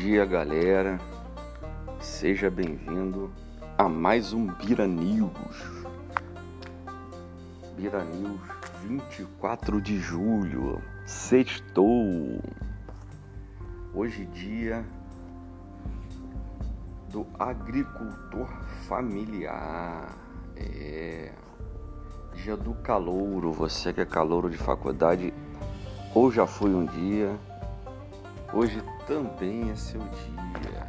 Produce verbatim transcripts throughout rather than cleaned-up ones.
dia, galera. Seja bem-vindo a mais um Bira News. Bira News, vinte e quatro de julho. Sextou. Hoje, dia do agricultor familiar. É. Dia do calouro. Você que é calouro de faculdade ou já foi um dia, hoje também é seu dia.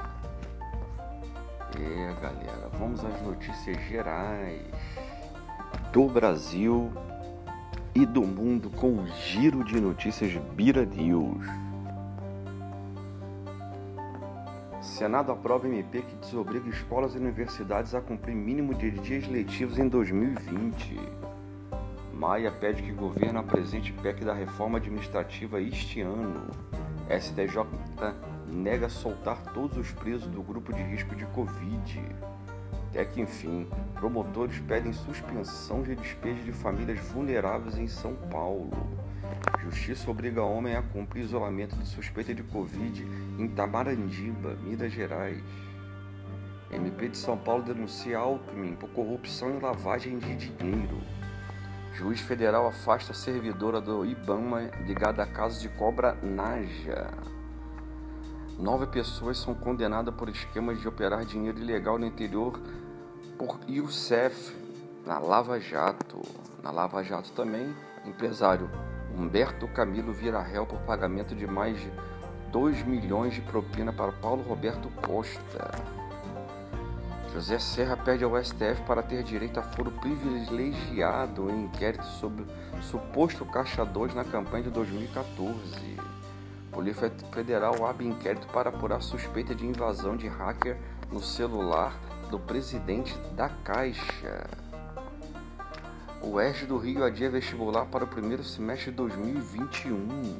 É, galera, vamos às notícias gerais do Brasil e do mundo com um giro de notícias Bira News. Senado aprova M P que desobriga escolas e universidades a cumprir mínimo de dias letivos em dois mil e vinte. Maia pede que o governo apresente P E C da reforma administrativa este ano. S T J nega soltar todos os presos do grupo de risco de Covid. Até que, enfim, promotores pedem suspensão de despejo de famílias vulneráveis em São Paulo. Justiça obriga homem a cumprir isolamento de suspeita de Covid em Tamarandiba, Minas Gerais. M P de São Paulo denuncia Alckmin por corrupção e lavagem de dinheiro. Juiz federal afasta a servidora do IBAMA ligada a caso de cobra Naja. Nove pessoas são condenadas por esquemas de operar dinheiro ilegal no interior por Youssef na Lava Jato. Na Lava Jato também, empresário Humberto Camilo vira réu por pagamento de mais de dois milhões de propina para Paulo Roberto Costa. José Serra pede ao S T F para ter direito a foro privilegiado em inquérito sobre suposto caixa dois na campanha de dois mil e catorze. Polícia Federal abre inquérito para apurar suspeita de invasão de hacker no celular do presidente da Caixa. O U E R J do Rio adia vestibular para o primeiro semestre de dois mil e vinte e um.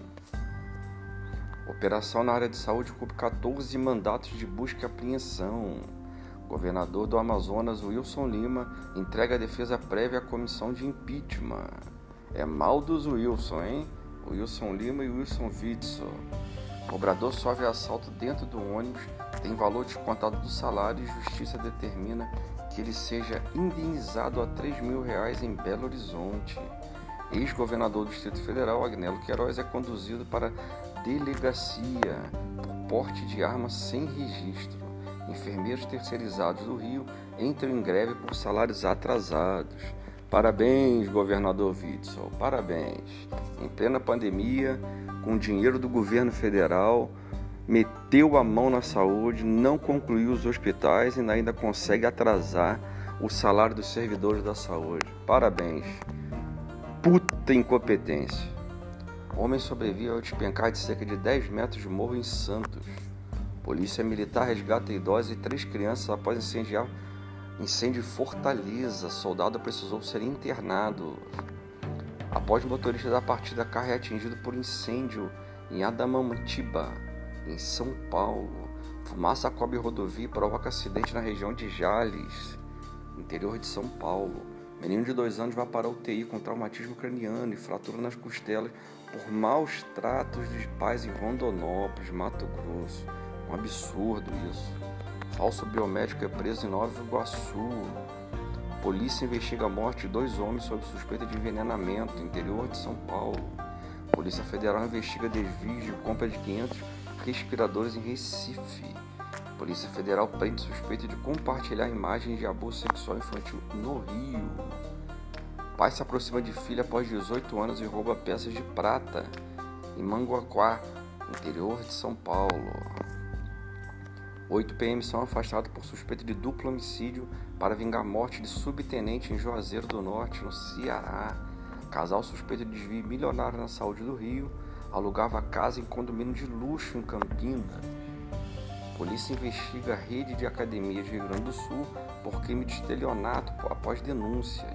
Operação na área de saúde cumpre catorze mandatos de busca e apreensão. Governador do Amazonas, Wilson Lima, entrega a defesa prévia à comissão de impeachment. É mal dos Wilson, hein? Wilson Lima e Wilson Witzel. Cobrador sofre assalto dentro do ônibus, tem valor descontado do salário e justiça determina que ele seja indenizado a três mil reais em Belo Horizonte. Ex-governador do Distrito Federal, Agnello Queiroz, é conduzido para delegacia por porte de arma sem registro. Enfermeiros terceirizados do Rio entram em greve por salários atrasados. Parabéns, governador Witzel, parabéns. Em plena pandemia, com dinheiro do governo federal, meteu a mão na saúde, não concluiu os hospitais e ainda consegue atrasar o salário dos servidores da saúde. Parabéns. Puta incompetência. Homem sobrevive ao despencar de cerca de dez metros de morro em Santos. Polícia Militar resgata idosos e três crianças após incendiar incêndio em Fortaleza. Soldado precisou ser internado. Após o motorista da partida, carro é atingido por incêndio em Adamantiba, em São Paulo. Fumaça cobre rodovia e provoca acidente na região de Jales, interior de São Paulo. Menino de dois anos vai para a U T I com traumatismo craniano e fratura nas costelas por maus tratos de pais em Rondonópolis, Mato Grosso. Um absurdo isso. Falso biomédico é preso em Nova Iguaçu. Polícia investiga a morte de dois homens sob suspeita de envenenamento no interior de São Paulo. Polícia Federal investiga desvios de compra de quinhentos respiradores em Recife. Polícia Federal prende suspeita de compartilhar imagens de abuso sexual infantil no Rio. Pai se aproxima de filha após dezoito anos e rouba peças de prata em Manguaquá, interior de São Paulo. Oito P M são afastados por suspeita de duplo homicídio para vingar a morte de subtenente em Juazeiro do Norte, no Ceará. Casal suspeito de desvio milionário na saúde do Rio alugava casa em condomínio de luxo em Campinas. Polícia investiga a rede de academias de Rio Grande do Sul por crime de estelionato após denúncias.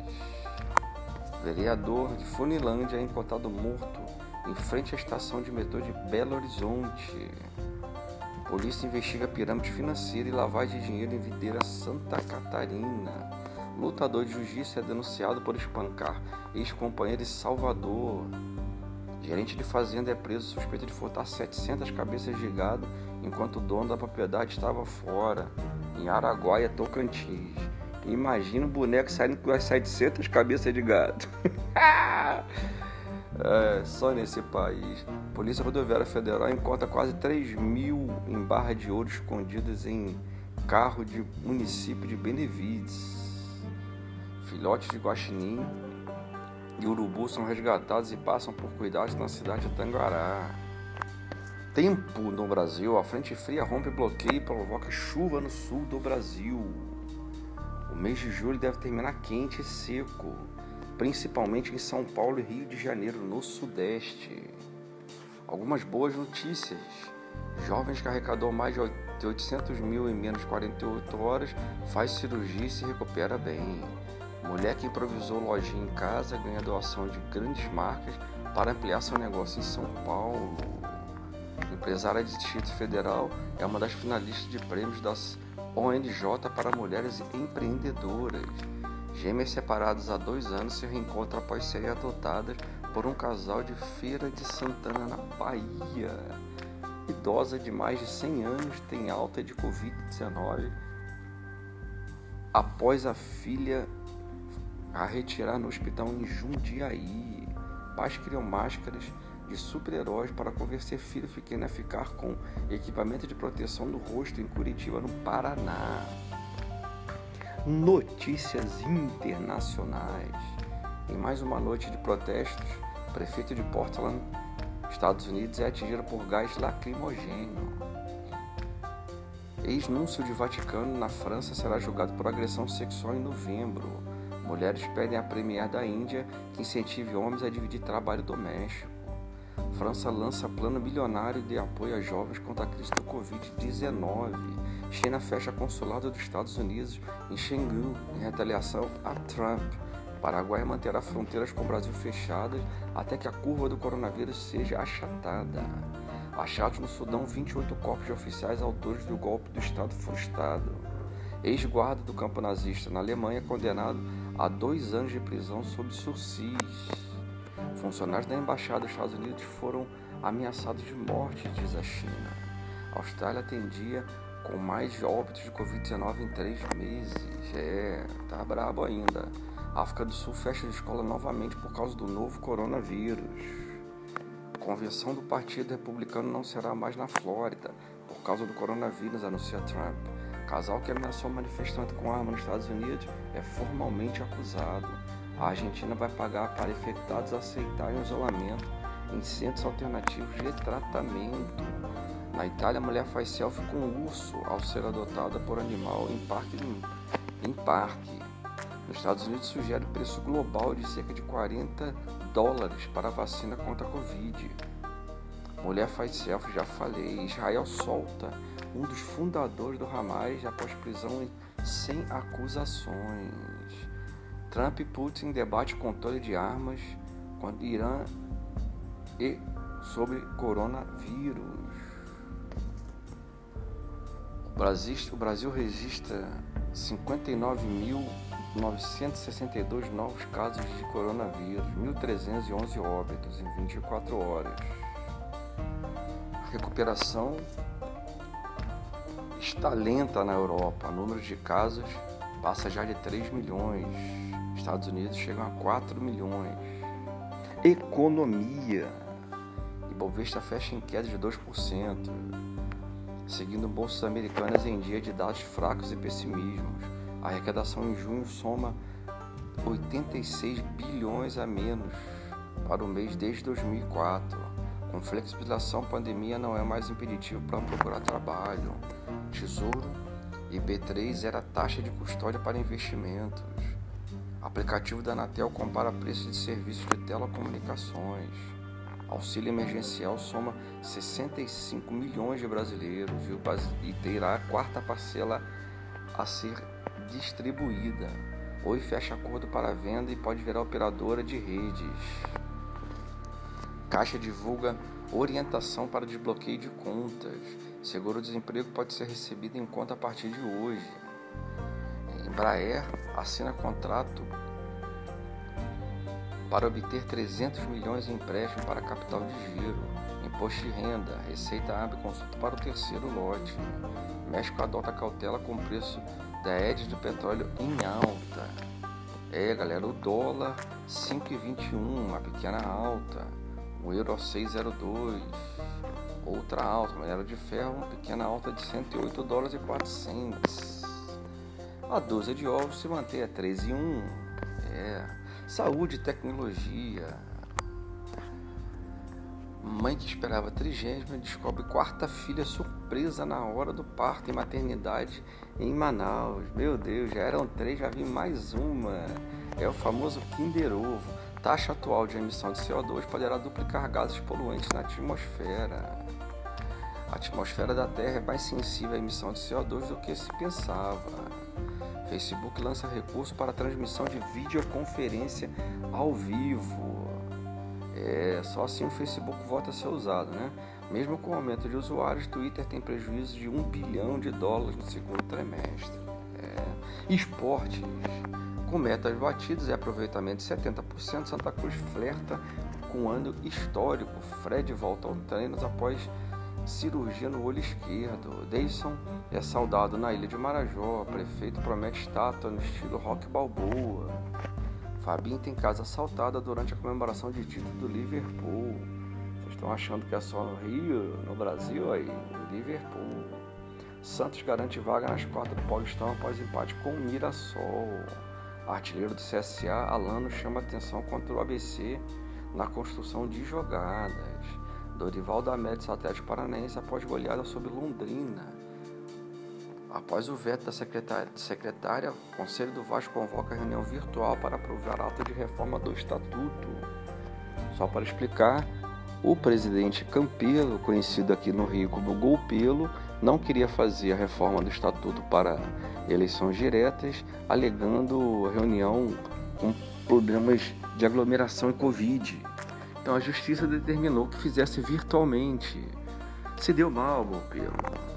Vereador de Funilândia é encontrado morto em frente à estação de metrô de Belo Horizonte. Polícia investiga pirâmide financeira e lavagem de dinheiro em Videira, Santa Catarina. Lutador de jiu-jitsu é denunciado por espancar ex-companheiro em Salvador. Gerente de fazenda é preso suspeito de furtar setecentas cabeças de gado enquanto o dono da propriedade estava fora, em Araguaia, Tocantins. Imagina um boneco saindo com as setecentas cabeças de gado. É, só nesse país. Polícia Rodoviária Federal encontra quase três mil em barra de ouro escondidas em carro de município de Benevides. Filhotes de guaxinim e urubu são resgatados e passam por cuidados na cidade de Tangará. Tempo no Brasil. A frente fria rompe bloqueio e provoca chuva no sul do Brasil. O mês de julho deve terminar quente e seco, principalmente em São Paulo e Rio de Janeiro, no Sudeste. Algumas boas notícias. Jovens que arrecadou mais de oitocentos mil em menos de quarenta e oito horas faz cirurgia e se recupera bem. Mulher que improvisou lojinha em casa ganha doação de grandes marcas para ampliar seu negócio em São Paulo. Empresária de Distrito Federal é uma das finalistas de prêmios das O N J para mulheres empreendedoras. Gêmeas separadas há dois anos se reencontram após serem adotadas por um casal de Feira de Santana, na Bahia. Idosa de mais de cem anos tem alta de covid dezenove após a filha a retirar no hospital em Jundiaí. Pais criam máscaras de super-heróis para convencer filho pequeno a ficar com equipamento de proteção no rosto em Curitiba, no Paraná. Notícias internacionais. Em mais uma noite de protestos, o prefeito de Portland, Estados Unidos, é atingido por gás lacrimogêneo. Ex-núncio de Vaticano na França será julgado por agressão sexual em novembro. Mulheres pedem à Premier da Índia que incentive homens a dividir trabalho doméstico. França lança plano bilionário de apoio a jovens contra a crise do covid dezenove. China fecha consulado dos Estados Unidos em Xingu em retaliação a Trump. Paraguai manterá fronteiras com o Brasil fechadas até que a curva do coronavírus seja achatada. Achados no Sudão vinte e oito corpos de oficiais autores do golpe do Estado frustrado. Ex-guarda do campo nazista na Alemanha condenado a dois anos de prisão sob sursis. Funcionários da Embaixada dos Estados Unidos foram ameaçados de morte, diz a China. A Austrália tem dia com mais óbitos de covid dezenove em três meses. É, tá brabo ainda. A África do Sul fecha a escola novamente por causa do novo coronavírus. A convenção do Partido Republicano não será mais na Flórida por causa do coronavírus, anuncia Trump. Casal que ameaçou manifestante com arma nos Estados Unidos é formalmente acusado. A Argentina vai pagar para infectados aceitarem o isolamento em centros alternativos de tratamento. Na Itália, a mulher faz selfie com um urso ao ser adotada por animal em parque. Em parque. Nos Estados Unidos, sugere preço global de cerca de quarenta dólares para a vacina contra a Covid. Mulher faz selfie, já falei. Israel solta um dos fundadores do Hamas após prisão sem acusações. Trump e Putin debatem controle de armas com Irã e sobre coronavírus. O Brasil, o Brasil registra cinquenta e nove mil novecentos e sessenta e dois novos casos de coronavírus, mil trezentos e onze óbitos em vinte e quatro horas. A recuperação está lenta na Europa. O número de casos passa já de três milhões. Estados Unidos chegam a quatro milhões. Economia. Ibovespa fecha em queda de dois por cento, seguindo bolsas americanas em dia de dados fracos e pessimismos. A arrecadação em junho soma oitenta e seis bilhões a menos para o mês desde dois mil e quatro. Com flexibilização, pandemia não é mais impeditivo para procurar trabalho. Tesouro e B três era taxa de custódia para investimentos. Aplicativo da Anatel compara preços de serviços de telecomunicações. Auxílio emergencial soma sessenta e cinco milhões de brasileiros e terá a quarta parcela a ser distribuída. Oi fecha acordo para venda e pode virar operadora de redes. Caixa divulga orientação para desbloqueio de contas. Seguro-desemprego pode ser recebido em conta a partir de hoje. Embraer assina contrato para obter trezentos milhões em empréstimo para capital de giro. Imposto de renda. Receita abre consulta para o terceiro lote. México adota cautela com o preço da Edge do petróleo em alta. É, galera, o dólar cinco reais e vinte e um, uma pequena alta. O euro seis reais e dois. Outra alta. Minério de ferro, uma pequena alta de cento e oito dólares e quatrocentos. A dúzia de ovos se mantém a três reais e um. É. Saúde e tecnologia. Mãe que esperava trigêmea descobre quarta filha surpresa na hora do parto em maternidade em Manaus. Meu Deus, já eram três, já vim mais uma. É o famoso Kinder Ovo. Taxa atual de emissão de C O dois poderá duplicar gases poluentes na atmosfera. A atmosfera da Terra é mais sensível à emissão de C O dois do que se pensava. Facebook lança recurso para transmissão de videoconferência ao vivo. É, só assim o Facebook volta a ser usado, né? Mesmo com o aumento de usuários, Twitter tem prejuízo de um bilhão de dólares no segundo trimestre. É. Esportes. Com metas batidas e aproveitamento de setenta por cento, Santa Cruz flerta com um ano histórico. Fred volta aos treinos após cirurgia no olho esquerdo. Deison é saudado na ilha de Marajó. Prefeito promete estátua no estilo Rock Balboa. Fabinho tem casa assaltada durante a comemoração de título do Liverpool. Vocês estão achando que é só no Rio, no Brasil? Aí, no Liverpool. Santos garante vaga nas quartas do Paulistão após empate com o Mirassol. Artilheiro do C S A, Alano, chama atenção contra o A B C na construção de jogadas. Dorival da Médici Atlético Paranaense após goleada sobre Londrina. Após o veto da secretária, secretária, o Conselho do Vasco convoca a reunião virtual para aprovar a ata de reforma do Estatuto. Só para explicar, o presidente Campelo, conhecido aqui no Rio como Golpelo, não queria fazer a reforma do Estatuto para eleições diretas, alegando reunião com problemas de aglomeração e Covid. Então a Justiça determinou que fizesse virtualmente. Se deu mal, Golpelo.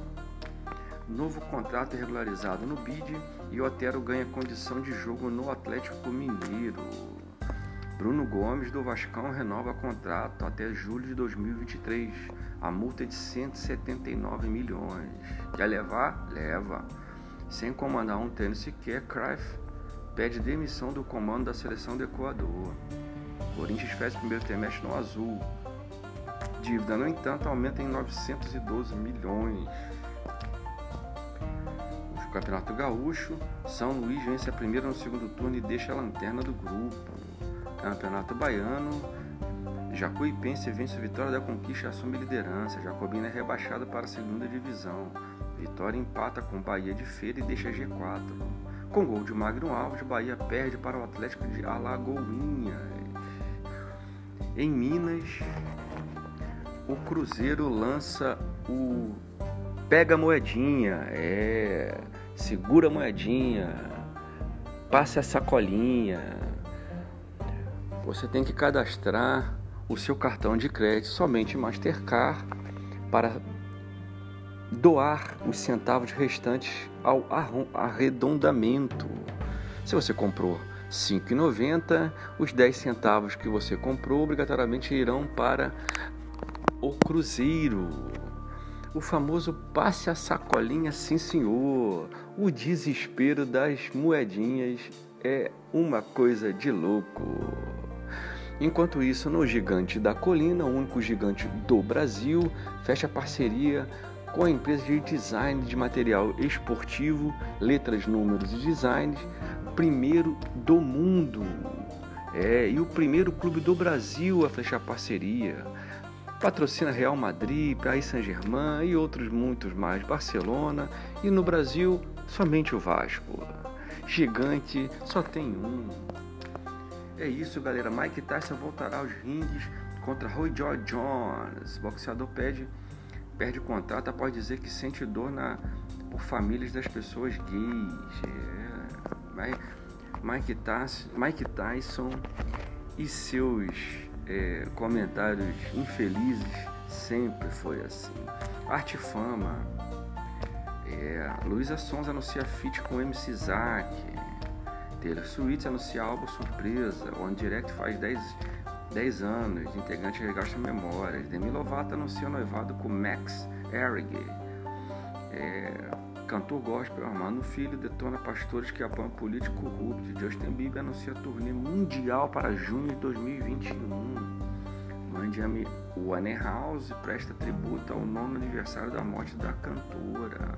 Novo contrato é regularizado no B I D e Otero ganha condição de jogo no Atlético Mineiro. Bruno Gomes do Vascão renova contrato até julho de dois mil e vinte e três. A multa é de cento e setenta e nove milhões. Quer levar? Leva. Sem comandar um treino sequer, Cruyff pede demissão do comando da seleção do Equador. Corinthians fez o primeiro trimestre no azul. Dívida, no entanto, aumenta em novecentos e doze milhões. O Campeonato Gaúcho, São Luís vence a primeira no segundo turno e deixa a lanterna do grupo. Campeonato Baiano, Jacuipense vence a Vitória da Conquista e assume liderança. Jacobina é rebaixado para a segunda divisão. Vitória empata com Bahia de Feira e deixa G quatro. Com gol de Magno Alves, Bahia perde para o Atlético de Alagoinhas. Em Minas, o Cruzeiro lança o Pega a Moedinha, é, segura a moedinha, passe a sacolinha. Você tem que cadastrar o seu cartão de crédito somente Mastercard para doar os centavos restantes ao arredondamento. Se você comprou cinco reais e noventa centavos, os dez centavos que você comprou obrigatoriamente irão para o Cruzeiro. O famoso passe a sacolinha, sim senhor. O desespero das moedinhas é uma coisa de louco. Enquanto isso, no Gigante da Colina, o único gigante do Brasil, fecha parceria com a empresa de design de material esportivo, letras, números e designs, primeiro do mundo. É, e o primeiro clube do Brasil a fechar parceria. Patrocina Real Madrid, Paris Saint-Germain e outros muitos mais, Barcelona, e no Brasil somente o Vasco. Gigante só tem um. É isso, galera. Mike Tyson voltará aos rings contra Roy Joy Jones. O boxeador perde, perde contrato após dizer que sente dor na, por famílias das pessoas gays. É. Mike Tyson, Mike Tyson e seus É, comentários infelizes sempre foi assim. Arte e Fama, é, Luísa Sonza anuncia feat com M C Zack. Taylor Swift anuncia álbum surpresa. One Direct faz dez anos. Integrante regasta memórias. Demi Lovato anuncia noivado com Max Herrig. É, cantor gospel Armando Filho detona pastores que apoiam político corrupto. Justin Bieber anuncia turnê mundial para junho de dois mil e vinte e um. Miami Winehouse presta tributo ao nono aniversário da morte da cantora.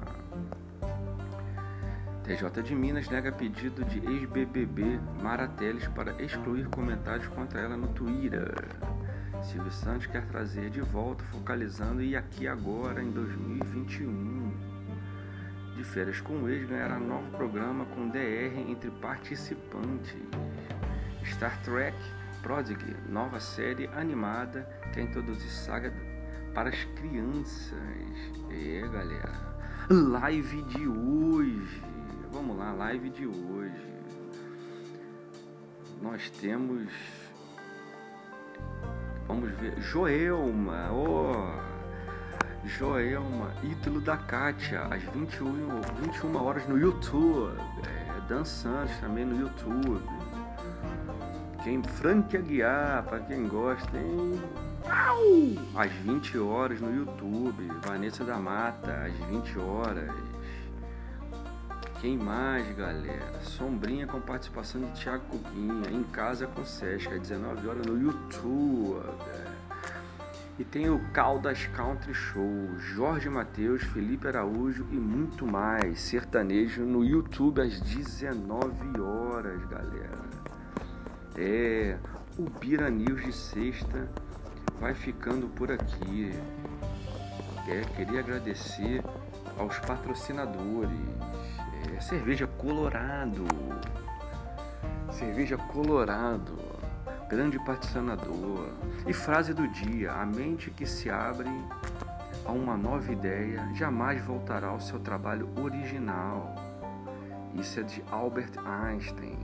T J de Minas nega pedido de ex-B B B Mara Teles para excluir comentários contra ela no Twitter. Silvio Santos quer trazer de volta, focalizando e aqui agora em dois mil e vinte e um. De férias com o ex ganhará novo programa com D R entre participantes. Star Trek Prodigy, nova série animada que introduz saga para as crianças. É, galera, live de hoje. Vamos lá, live de hoje. Nós temos, vamos ver, Joelma, oh, Joelma, ídolo da Kátia, às vinte e uma horas no YouTube, é, dançando também no YouTube. Quem Frank Aguiar, para quem gosta, hein? Au! Às vinte horas no YouTube, Vanessa da Mata, às vinte horas. Quem mais, galera? Sombrinha com participação de Thiago Coquinha, Em Casa com Sesca, às dezenove horas no YouTube. E tem o Caldas Country Show, Jorge Mateus, Felipe Araújo e muito mais, sertanejo no YouTube às dezenove horas, galera. É, o Bira News de sexta vai ficando por aqui. É, queria agradecer aos patrocinadores. É, Cerveja Colorado, Cerveja Colorado, grande patrocinador. E frase do dia: a mente que se abre a uma nova ideia jamais voltará ao seu trabalho original. Isso é de Albert Einstein.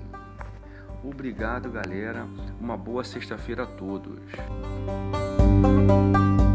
Obrigado, galera. Uma boa sexta-feira a todos.